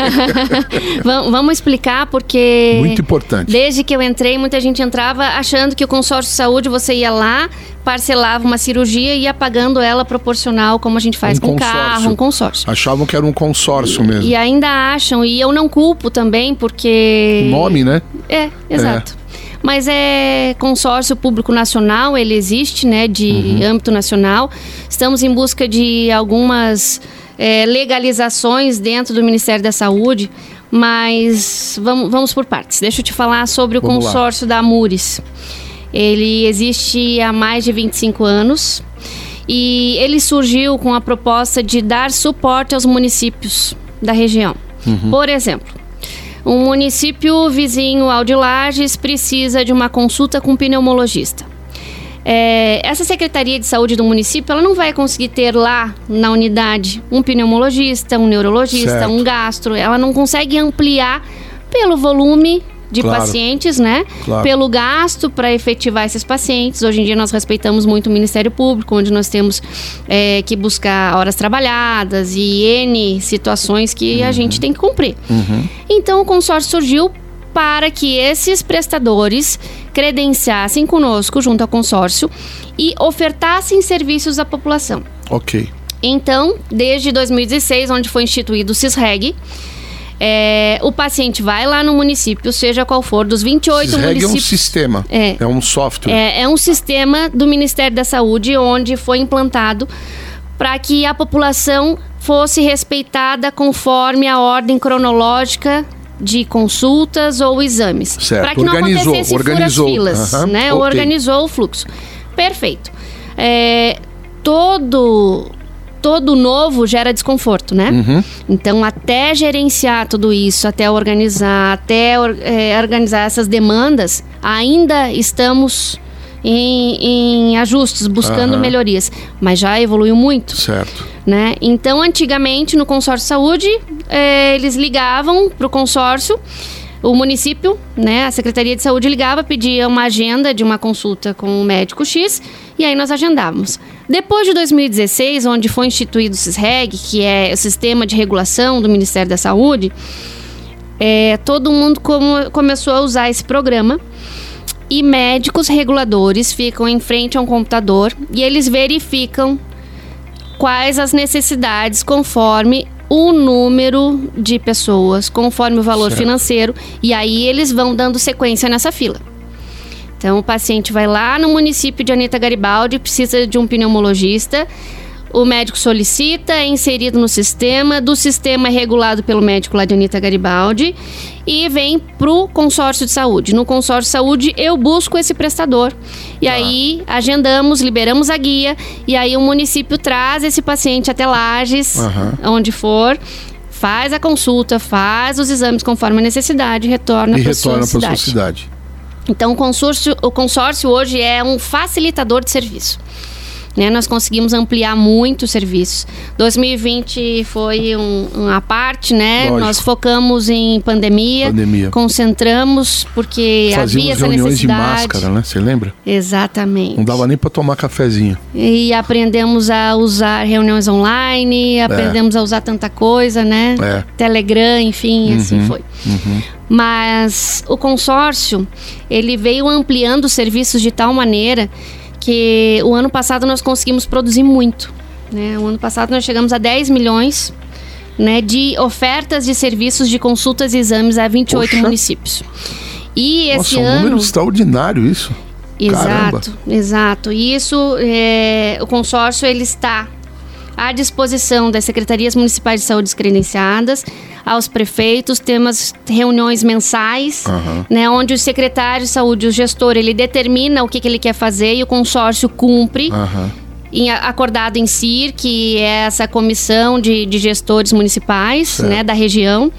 [SPEAKER 2] Vamos explicar, porque...
[SPEAKER 1] Muito importante.
[SPEAKER 2] Desde que eu entrei, muita gente entrava achando que o consórcio de saúde, você ia lá, parcelava uma cirurgia e ia pagando ela proporcional, como a gente faz
[SPEAKER 1] um
[SPEAKER 2] com
[SPEAKER 1] consórcio.
[SPEAKER 2] carro, um consórcio.
[SPEAKER 1] Achavam que era um consórcio mesmo.
[SPEAKER 2] E ainda acham, e eu não culpo também, porque...
[SPEAKER 1] O nome, né?
[SPEAKER 2] É, exato. É. Mas é consórcio público nacional, ele existe, né, de uhum. âmbito nacional. Estamos em busca de algumas é, legalizações dentro do Ministério da Saúde, mas vamos, vamos por partes. Deixa eu te falar sobre o vamos consórcio lá. da Amures. Ele existe há mais de vinte e cinco anos e ele surgiu com a proposta de dar suporte aos municípios da região. Uhum. Por exemplo, um município vizinho ao de Lages precisa de uma consulta com um pneumologista. É, essa Secretaria de Saúde do município, ela não vai conseguir ter lá na unidade um pneumologista, um neurologista, certo. um gastro. Ela não consegue ampliar pelo volume de claro. pacientes, né? Claro. Pelo gasto para efetivar esses pacientes. Hoje em dia nós respeitamos muito o Ministério Público, onde nós temos é, que buscar horas trabalhadas e N situações que uhum. a gente tem que cumprir. Uhum. Então o consórcio surgiu para que esses prestadores credenciassem conosco junto ao consórcio e ofertassem serviços à população.
[SPEAKER 1] Ok.
[SPEAKER 2] Então, desde dois mil e dezesseis, onde foi instituído o CISREG, É, o paciente vai lá no município, seja qual for, dos vinte e oito
[SPEAKER 1] CISREG
[SPEAKER 2] municípios...
[SPEAKER 1] é um sistema, é, é um software.
[SPEAKER 2] É, é um sistema do Ministério da Saúde, onde foi implantado para que a população fosse respeitada conforme a ordem cronológica de consultas ou exames.
[SPEAKER 1] Para
[SPEAKER 2] que
[SPEAKER 1] organizou,
[SPEAKER 2] não acontecesse
[SPEAKER 1] organizou.
[SPEAKER 2] furas-filas,
[SPEAKER 1] Uhum,
[SPEAKER 2] né?
[SPEAKER 1] Okay.
[SPEAKER 2] Organizou o fluxo. Perfeito. É, todo... Todo novo gera desconforto, né? Uhum. Então, até gerenciar tudo isso, até organizar, até é, organizar essas demandas, ainda estamos em, em ajustes, buscando uhum. melhorias. Mas já evoluiu muito.
[SPEAKER 1] Certo.
[SPEAKER 2] Né? Então, antigamente, no consórcio de saúde, é, eles ligavam para o consórcio, o município, né, a Secretaria de Saúde ligava, pedia uma agenda de uma consulta com o médico X e aí nós agendávamos. Depois de dois mil e dezesseis, onde foi instituído o CISREG, que é o Sistema de Regulação do Ministério da Saúde, é, todo mundo como, começou a usar esse programa e médicos reguladores ficam em frente a um computador e eles verificam quais as necessidades conforme o número de pessoas, conforme o valor certo. financeiro, e aí eles vão dando sequência nessa fila. Então, o paciente vai lá no município de Anita Garibaldi, precisa de um pneumologista, o médico solicita, é inserido no sistema, do sistema é regulado pelo médico lá de Anita Garibaldi e vem pro consórcio de saúde. No consórcio de saúde, eu busco esse prestador. E ah. aí, agendamos, liberamos a guia, e aí o município traz esse paciente até Lages, uhum. onde for, faz a consulta, faz os exames conforme a necessidade e retorna para a sua cidade. cidade. Então, o consórcio, o consórcio hoje é um facilitador de serviço. Né, nós conseguimos ampliar muito os serviços. dois mil e vinte foi um, uma parte, né? Lógico. Nós focamos em pandemia, pandemia. concentramos, porque
[SPEAKER 1] Fazíamos
[SPEAKER 2] havia essa
[SPEAKER 1] reuniões
[SPEAKER 2] necessidade.
[SPEAKER 1] de máscara, né? Você lembra?
[SPEAKER 2] Exatamente.
[SPEAKER 1] Não dava nem para tomar cafezinho.
[SPEAKER 2] E aprendemos a usar reuniões online, aprendemos é. a usar tanta coisa, né? É. Telegram, enfim, uhum. assim foi. Uhum. Mas o consórcio, ele veio ampliando os serviços de tal maneira que o ano passado nós conseguimos produzir muito, né? O ano passado nós chegamos a dez milhões, né, de ofertas de serviços de consultas e exames a vinte e oito Poxa. municípios. E esse
[SPEAKER 1] Nossa,
[SPEAKER 2] ano...
[SPEAKER 1] um número extraordinário isso.
[SPEAKER 2] Exato,
[SPEAKER 1] Caramba.
[SPEAKER 2] exato. E isso, é, o consórcio, ele está à disposição das secretarias municipais de saúde credenciadas, aos prefeitos, temos reuniões mensais, uhum. né, onde o secretário de saúde, o gestor, ele determina o que, que ele quer fazer e o consórcio cumpre, uhum. em, acordado em C I R, que é essa comissão de, de gestores municipais, né, da região.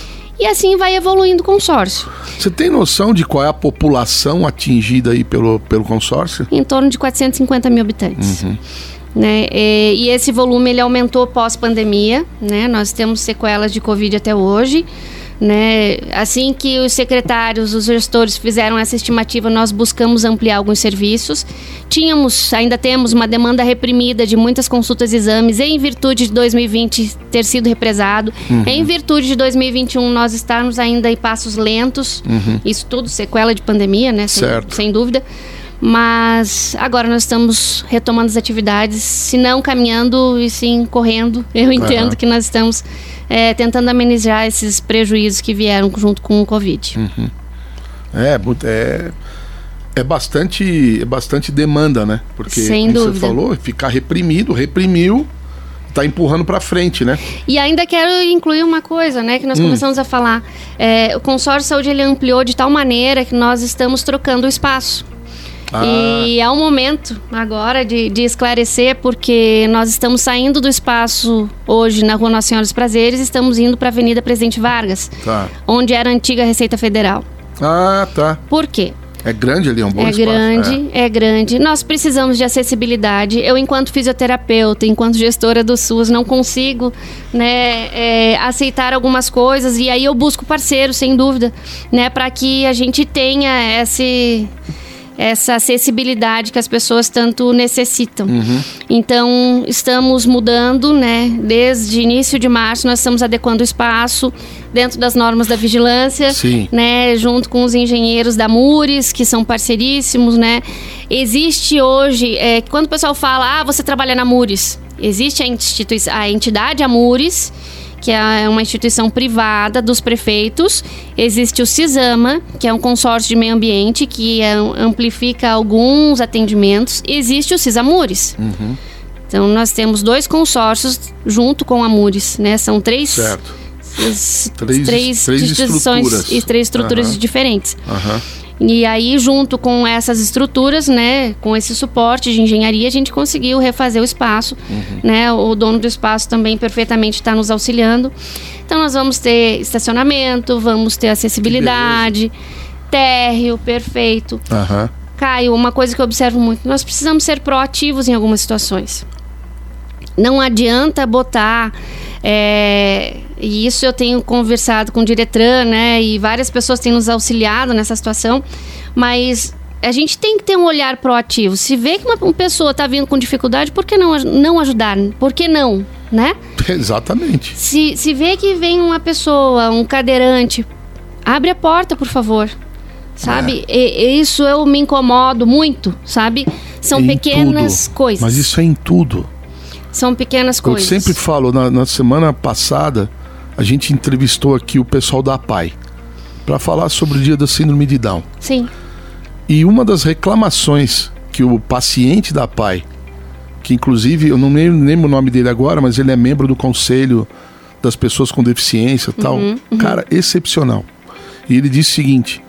[SPEAKER 2] E assim vai evoluindo o consórcio.
[SPEAKER 1] Você tem noção de qual é a população atingida aí pelo, pelo consórcio?
[SPEAKER 2] Em torno de quatrocentos e cinquenta mil habitantes. Uhum. Né? E, e esse volume ele aumentou pós-pandemia, né? Nós temos sequelas de Covid até hoje, né? Assim que os secretários, os gestores fizeram essa estimativa, nós buscamos ampliar alguns serviços. Tínhamos, ainda temos uma demanda reprimida de muitas consultas e exames em virtude de dois mil e vinte ter sido represado, uhum. em virtude de dois mil e vinte e um nós estarmos ainda em passos lentos, uhum. isso tudo sequela de pandemia, né? Sem, sem dúvida. Mas agora nós estamos retomando as atividades, se não caminhando e sim correndo. Eu entendo uhum. que nós estamos é, tentando amenizar esses prejuízos que vieram junto com o Covid.
[SPEAKER 1] Uhum. É, é, é, bastante, é bastante demanda, né? Porque,
[SPEAKER 2] sem
[SPEAKER 1] como
[SPEAKER 2] dúvida.
[SPEAKER 1] Você falou, ficar reprimido, reprimiu, tá empurrando para frente, né?
[SPEAKER 2] E ainda quero incluir uma coisa, né, que nós hum. começamos a falar. É, o consórcio de saúde ele ampliou de tal maneira que nós estamos trocando o espaço. Ah. E é o momento agora de, de esclarecer, porque nós estamos saindo do espaço hoje na Rua Nossa Senhora dos Prazeres e estamos indo para a Avenida Presidente Vargas,
[SPEAKER 1] tá.
[SPEAKER 2] onde era a antiga Receita Federal.
[SPEAKER 1] Ah, tá.
[SPEAKER 2] Por quê?
[SPEAKER 1] É grande ali, é um bom
[SPEAKER 2] é
[SPEAKER 1] espaço.
[SPEAKER 2] Grande, é. é grande. Nós precisamos de acessibilidade. Eu, enquanto fisioterapeuta, enquanto gestora do SUS, não consigo, né, é, aceitar algumas coisas. E aí eu busco parceiros, sem dúvida, né, para que a gente tenha esse... essa acessibilidade que as pessoas tanto necessitam. Uhum. Então, estamos mudando, né? Desde início de março, nós estamos adequando o espaço dentro das normas da vigilância,
[SPEAKER 1] Sim.
[SPEAKER 2] né? Junto com os engenheiros da Mures, que são parceiríssimos, né? Existe hoje, é, quando o pessoal fala, ah, você trabalha na Mures, existe a, institui- a entidade Amures, que é uma instituição privada dos prefeitos. Existe o CISAMA, que é um consórcio de meio ambiente, que é, amplifica alguns atendimentos. Existe o CISAMURES.
[SPEAKER 1] Uhum.
[SPEAKER 2] Então, nós temos dois consórcios junto com a Mures, né? São três...
[SPEAKER 1] Certo.
[SPEAKER 2] As,
[SPEAKER 1] três,
[SPEAKER 2] três,
[SPEAKER 1] três
[SPEAKER 2] instituições
[SPEAKER 1] estruturas.
[SPEAKER 2] e três estruturas
[SPEAKER 1] uhum.
[SPEAKER 2] diferentes.
[SPEAKER 1] Uhum.
[SPEAKER 2] E aí, junto com essas estruturas, né, com esse suporte de engenharia, a gente conseguiu refazer o espaço, uhum. né? O dono do espaço também perfeitamente está nos auxiliando. Então, nós vamos ter estacionamento, vamos ter acessibilidade, térreo perfeito.
[SPEAKER 1] Uhum.
[SPEAKER 2] Caio, uma coisa que eu observo muito, nós precisamos ser proativos em algumas situações. Não adianta botar... É, e isso eu tenho conversado com o Diretran, né? E várias pessoas têm nos auxiliado nessa situação. Mas a gente tem que ter um olhar proativo. Se vê que uma, uma pessoa está vindo com dificuldade, por que não, não ajudar? Por que não, né?
[SPEAKER 1] Exatamente.
[SPEAKER 2] Se, se vê que vem uma pessoa, um cadeirante, abre a porta, por favor. Sabe? É. E, e isso eu me incomodo muito, sabe? São
[SPEAKER 1] em
[SPEAKER 2] pequenas
[SPEAKER 1] tudo.
[SPEAKER 2] coisas.
[SPEAKER 1] Mas isso é em tudo.
[SPEAKER 2] São pequenas coisas.
[SPEAKER 1] Eu sempre falo, na, na semana passada, a gente entrevistou aqui o pessoal da A P A I para falar sobre o dia da síndrome de Down.
[SPEAKER 2] Sim.
[SPEAKER 1] E uma das reclamações que o paciente da A P A I, que inclusive, eu não lembro o nome dele agora, mas ele é membro do conselho das pessoas com deficiência e tal,
[SPEAKER 2] uhum, uhum.
[SPEAKER 1] cara, excepcional. E ele disse o seguinte: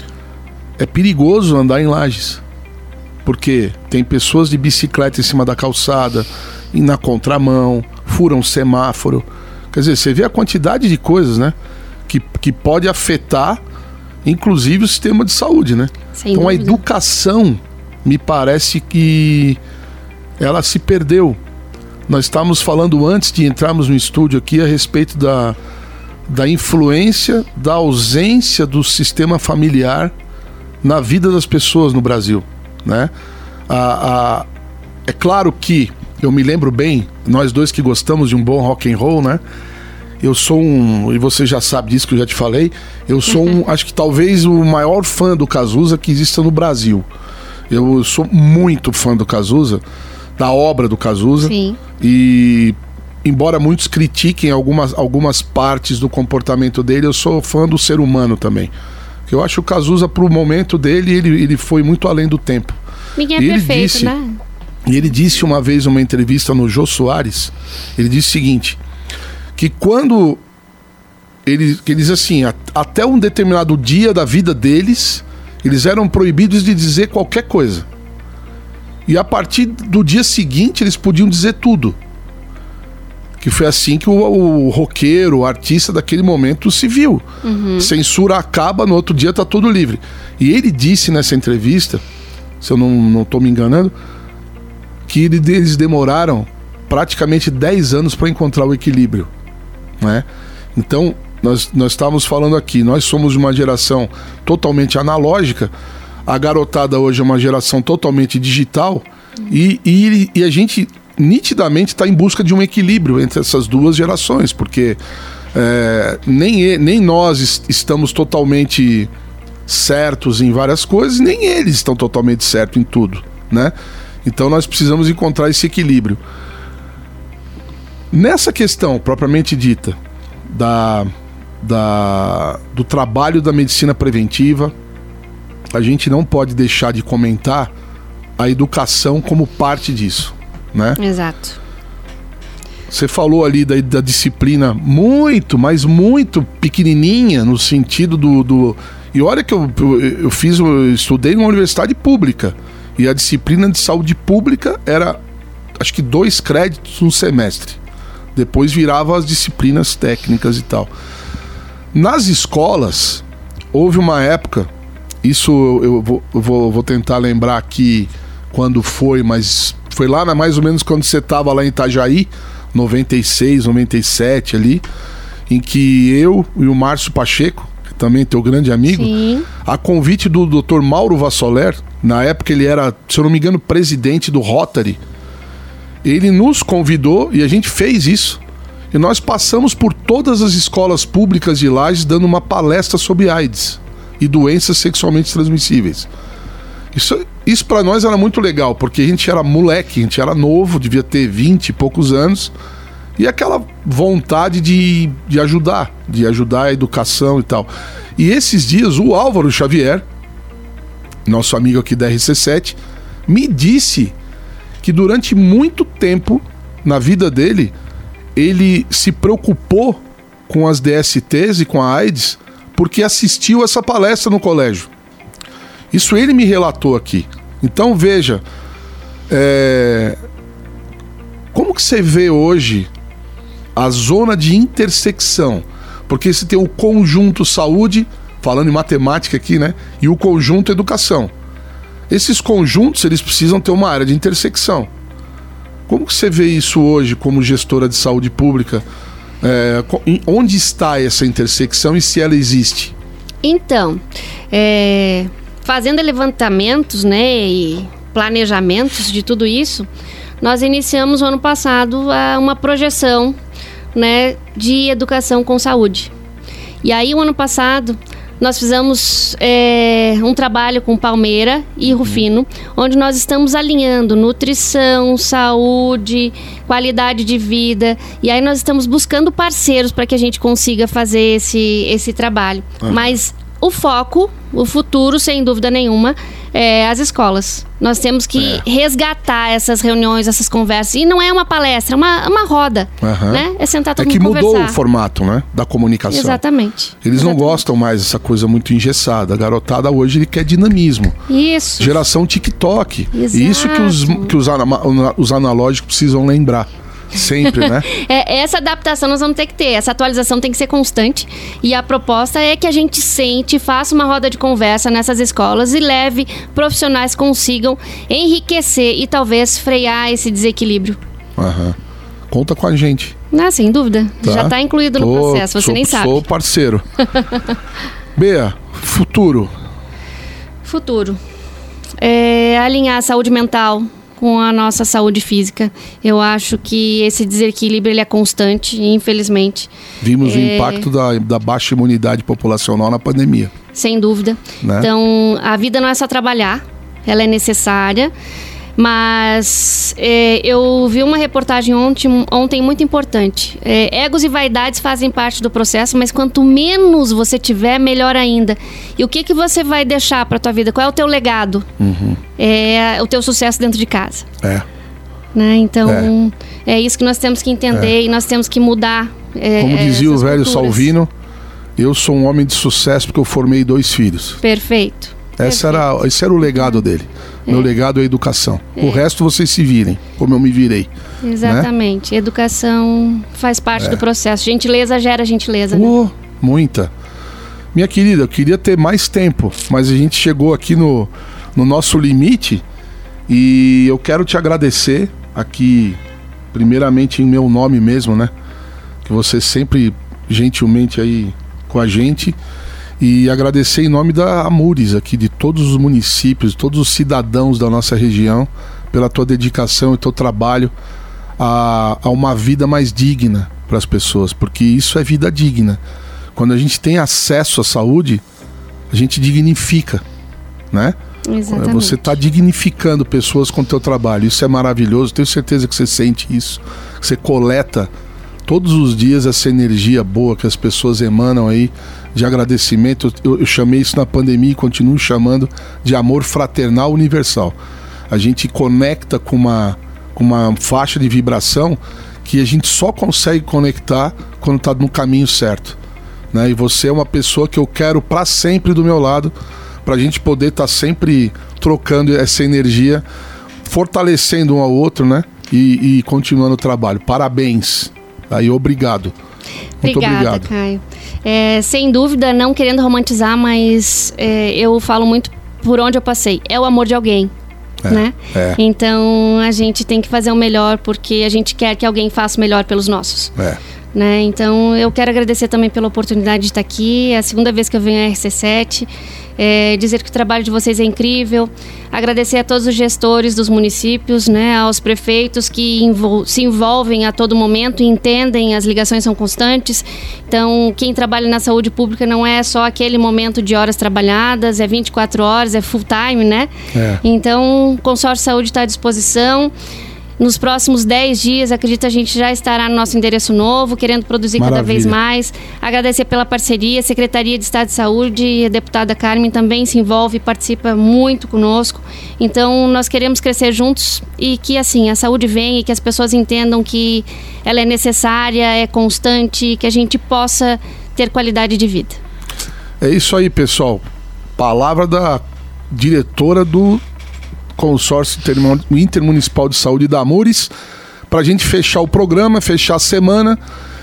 [SPEAKER 1] é perigoso andar em Lages, porque tem pessoas de bicicleta em cima da calçada, e na contramão, furam semáforo. Quer dizer, você vê a quantidade de coisas, né? Que, que pode afetar, inclusive, o sistema de saúde, né?
[SPEAKER 2] Sem
[SPEAKER 1] então
[SPEAKER 2] dúvida.
[SPEAKER 1] A educação, me parece que ela se perdeu. Nós estávamos falando antes de entrarmos no estúdio aqui a respeito da, da influência, da ausência do sistema familiar na vida das pessoas no Brasil, né? A, a, é claro que eu me lembro bem, nós dois que gostamos de um bom rock and roll, né? Eu sou um, e você já sabe disso que eu já te falei, eu sou um, acho que talvez o maior fã do Cazuza que exista no Brasil. Eu sou muito fã do Cazuza, da obra do Cazuza.
[SPEAKER 2] Sim.
[SPEAKER 1] E embora muitos critiquem algumas, algumas partes do comportamento dele, eu sou fã do ser humano também. Eu acho que o Cazuza, pro momento dele, ele, ele foi muito além do tempo.
[SPEAKER 2] Ninguém é
[SPEAKER 1] e ele
[SPEAKER 2] perfeito,
[SPEAKER 1] disse,
[SPEAKER 2] né?
[SPEAKER 1] E ele disse uma vez, numa entrevista no Jô Soares, ele disse o seguinte, que quando ele, que eles assim, a, até um determinado dia da vida deles, eles eram proibidos de dizer qualquer coisa. E a partir do dia seguinte, eles podiam dizer tudo. Que foi assim que o, o roqueiro, o artista daquele momento se viu. Uhum. Censura acaba, no outro dia tá tudo livre. E ele disse nessa entrevista, se eu não, não tô me enganando, que eles demoraram praticamente dez anos para encontrar o equilíbrio, né? Então, nós, nós estávamos falando aqui, nós somos uma geração totalmente analógica, a garotada hoje é uma geração totalmente digital, uhum. e, e, e a gente nitidamente está em busca de um equilíbrio entre essas duas gerações, porque é, nem, nem nós estamos totalmente certos em várias coisas, nem eles estão totalmente certos em tudo, né? Então nós precisamos encontrar esse equilíbrio. Nessa questão propriamente dita da, da, do trabalho da medicina preventiva, a gente não pode deixar de comentar a educação como parte disso, né?
[SPEAKER 2] Exato.
[SPEAKER 1] Você falou ali da, da disciplina muito, mas muito pequenininha no sentido do... do... E olha que eu, eu, eu fiz, eu estudei numa universidade pública e a disciplina de saúde pública era, acho que dois créditos no semestre. Depois virava as disciplinas técnicas e tal. Nas escolas, houve uma época, isso eu vou, eu vou, vou tentar lembrar aqui quando foi, mas foi lá na, mais ou menos quando você estava lá em Itajaí, noventa e seis, noventa e sete ali, em que eu e o Márcio Pacheco, que também é teu grande amigo, sim, a convite do doutor Mauro Vassoler, na época ele era, se eu não me engano, presidente do Rotary, ele nos convidou e a gente fez isso. E nós passamos por todas as escolas públicas de Lages dando uma palestra sobre AIDS e doenças sexualmente transmissíveis. Isso, isso para nós era muito legal, porque a gente era moleque, a gente era novo, devia ter vinte e poucos anos, e aquela vontade de, de ajudar, de ajudar a educação e tal. E esses dias o Álvaro Xavier, nosso amigo aqui da R C sete, me disse que durante muito tempo na vida dele, ele se preocupou com as D S Ts e com a AIDS porque assistiu essa palestra no colégio. Isso ele me relatou aqui. Então veja, é... como que você vê hoje a zona de intersecção? Porque você tem o conjunto saúde, falando em matemática aqui, né? E o conjunto educação. Esses conjuntos, eles precisam ter uma área de intersecção. Como que você vê isso hoje como gestora de saúde pública? É, onde está essa intersecção e se ela existe?
[SPEAKER 2] Então, é, fazendo levantamentos, né, e planejamentos de tudo isso, nós iniciamos no ano passado uma projeção, né, de educação com saúde. E aí, o ano passado, nós fizemos é, um trabalho com Palmeira e Rufino, onde nós estamos alinhando nutrição, saúde, qualidade de vida. E aí nós estamos buscando parceiros para que a gente consiga fazer esse, esse trabalho. Uhum. Mas o foco, o futuro, sem dúvida nenhuma, é as escolas. Nós temos que é. resgatar essas reuniões, essas conversas. E não é uma palestra, é uma, uma roda. Uhum. Né? É sentar todo
[SPEAKER 1] mundo
[SPEAKER 2] conversar.
[SPEAKER 1] É que mudou o formato, né, da comunicação.
[SPEAKER 2] Exatamente.
[SPEAKER 1] Eles
[SPEAKER 2] Exatamente.
[SPEAKER 1] não gostam mais dessa coisa muito engessada. A garotada hoje ele quer dinamismo.
[SPEAKER 2] Isso.
[SPEAKER 1] Geração TikTok.
[SPEAKER 2] Exato.
[SPEAKER 1] E isso que os, que os, ana- os analógicos precisam lembrar. Sempre, né?
[SPEAKER 2] é, essa adaptação nós vamos ter que ter. Essa atualização tem que ser constante. E a proposta é que a gente sente, faça uma roda de conversa nessas escolas e leve profissionais que consigam enriquecer e talvez frear esse desequilíbrio.
[SPEAKER 1] Aham. Conta com a gente.
[SPEAKER 2] Ah, sem dúvida. Tá. Já está incluído no Tô, processo, você
[SPEAKER 1] sou,
[SPEAKER 2] nem sabe.
[SPEAKER 1] Sou parceiro. Bea, futuro.
[SPEAKER 2] Futuro. É alinhar a saúde mental com a nossa saúde física. Eu acho que esse desequilíbrio ele é constante, infelizmente.
[SPEAKER 1] Vimos
[SPEAKER 2] é...
[SPEAKER 1] o impacto da, da baixa imunidade populacional na pandemia.
[SPEAKER 2] Sem dúvida. Né? Então, a vida não é só trabalhar, ela é necessária. Mas é, eu vi uma reportagem ontem, ontem muito importante. É, egos e vaidades fazem parte do processo, mas quanto menos você tiver, melhor ainda. E o que, que você vai deixar para tua vida? Qual é o teu legado? Uhum. É o teu sucesso dentro de casa.
[SPEAKER 1] É.
[SPEAKER 2] Né? Então, é. é isso que nós temos que entender é. e nós temos que mudar. É,
[SPEAKER 1] Como dizia o velho
[SPEAKER 2] culturas.
[SPEAKER 1] Salvino, eu sou um homem de sucesso porque eu formei dois filhos.
[SPEAKER 2] Perfeito.
[SPEAKER 1] Essa era, esse era o legado dele. É. Meu legado é a educação. É. O resto vocês se virem, como eu me virei.
[SPEAKER 2] Exatamente. Né? Educação faz parte é. do processo. Gentileza gera gentileza.
[SPEAKER 1] Oh,
[SPEAKER 2] né?
[SPEAKER 1] Muita. Minha querida, eu queria ter mais tempo, mas a gente chegou aqui no, no nosso limite e eu quero te agradecer aqui, primeiramente em meu nome mesmo, né? Que você sempre gentilmente aí com a gente. E agradecer em nome da Amures aqui, de todos os municípios, todos os cidadãos da nossa região, pela tua dedicação e teu trabalho a, a uma vida mais digna para as pessoas, porque isso é vida digna. Quando a gente tem acesso à saúde, a gente dignifica, né?
[SPEAKER 2] Exatamente.
[SPEAKER 1] Você está dignificando pessoas com o teu trabalho. Isso é maravilhoso. Tenho certeza que você sente isso. Você coleta todos os dias essa energia boa que as pessoas emanam aí de agradecimento. Eu, eu chamei isso na pandemia e continuo chamando de amor fraternal universal. A gente conecta com uma, com uma faixa de vibração que a gente só consegue conectar quando está no caminho certo, né? E você é uma pessoa que eu quero para sempre do meu lado, para a gente poder estar tá sempre trocando essa energia, fortalecendo um ao outro, né? E, e continuando o trabalho. Parabéns. Aí, obrigado. Muito
[SPEAKER 2] Obrigada,
[SPEAKER 1] obrigado.
[SPEAKER 2] Caio. É, sem dúvida, não querendo romantizar, mas é, eu falo muito por onde eu passei. É o amor de alguém,
[SPEAKER 1] é,
[SPEAKER 2] né?
[SPEAKER 1] É.
[SPEAKER 2] Então, a gente tem que fazer o melhor porque a gente quer que alguém faça o melhor pelos nossos.
[SPEAKER 1] É.
[SPEAKER 2] Né? Então, eu quero agradecer também pela oportunidade de estar aqui. É a segunda vez que eu venho à R C sete. É, dizer que o trabalho de vocês é incrível. Agradecer a todos os gestores dos municípios, né, aos prefeitos que envol- se envolvem a todo momento e entendem, as ligações são constantes. Então, quem trabalha na saúde pública não é só aquele momento de horas trabalhadas, é vinte e quatro horas, é full time, né?
[SPEAKER 1] É.
[SPEAKER 2] Então, o Consórcio Saúde está à disposição. Nos próximos dez dias, acredito, a gente já estará no nosso endereço novo, querendo produzir
[SPEAKER 1] Maravilha.
[SPEAKER 2] cada vez mais. Agradecer pela parceria, Secretaria de Estado de Saúde e a deputada Carmen também se envolve e participa muito conosco. Então, nós queremos crescer juntos e que, assim, a saúde venha e que as pessoas entendam que ela é necessária, é constante, que a gente possa ter qualidade de vida.
[SPEAKER 1] É isso aí, pessoal. Palavra da diretora do Consórcio Intermunicipal de Saúde da Amores, para a gente fechar o programa, fechar a semana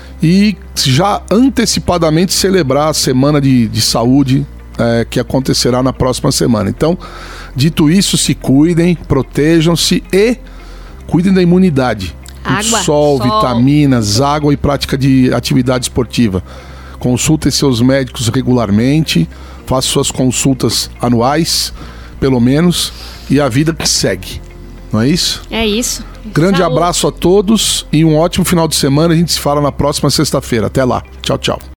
[SPEAKER 1] e já antecipadamente celebrar a semana de, de saúde é, que acontecerá na próxima semana. Então, dito isso, se cuidem, protejam-se e cuidem da imunidade.
[SPEAKER 2] Água,
[SPEAKER 1] sol,
[SPEAKER 2] sol,
[SPEAKER 1] vitaminas, água e prática de atividade esportiva. Consultem seus médicos regularmente, façam suas consultas anuais, pelo menos, e a vida que segue. Não é isso?
[SPEAKER 2] É isso.
[SPEAKER 1] Grande
[SPEAKER 2] Saúde.
[SPEAKER 1] abraço a todos e um ótimo final de semana. A gente se fala na próxima sexta-feira. Até lá. Tchau, tchau.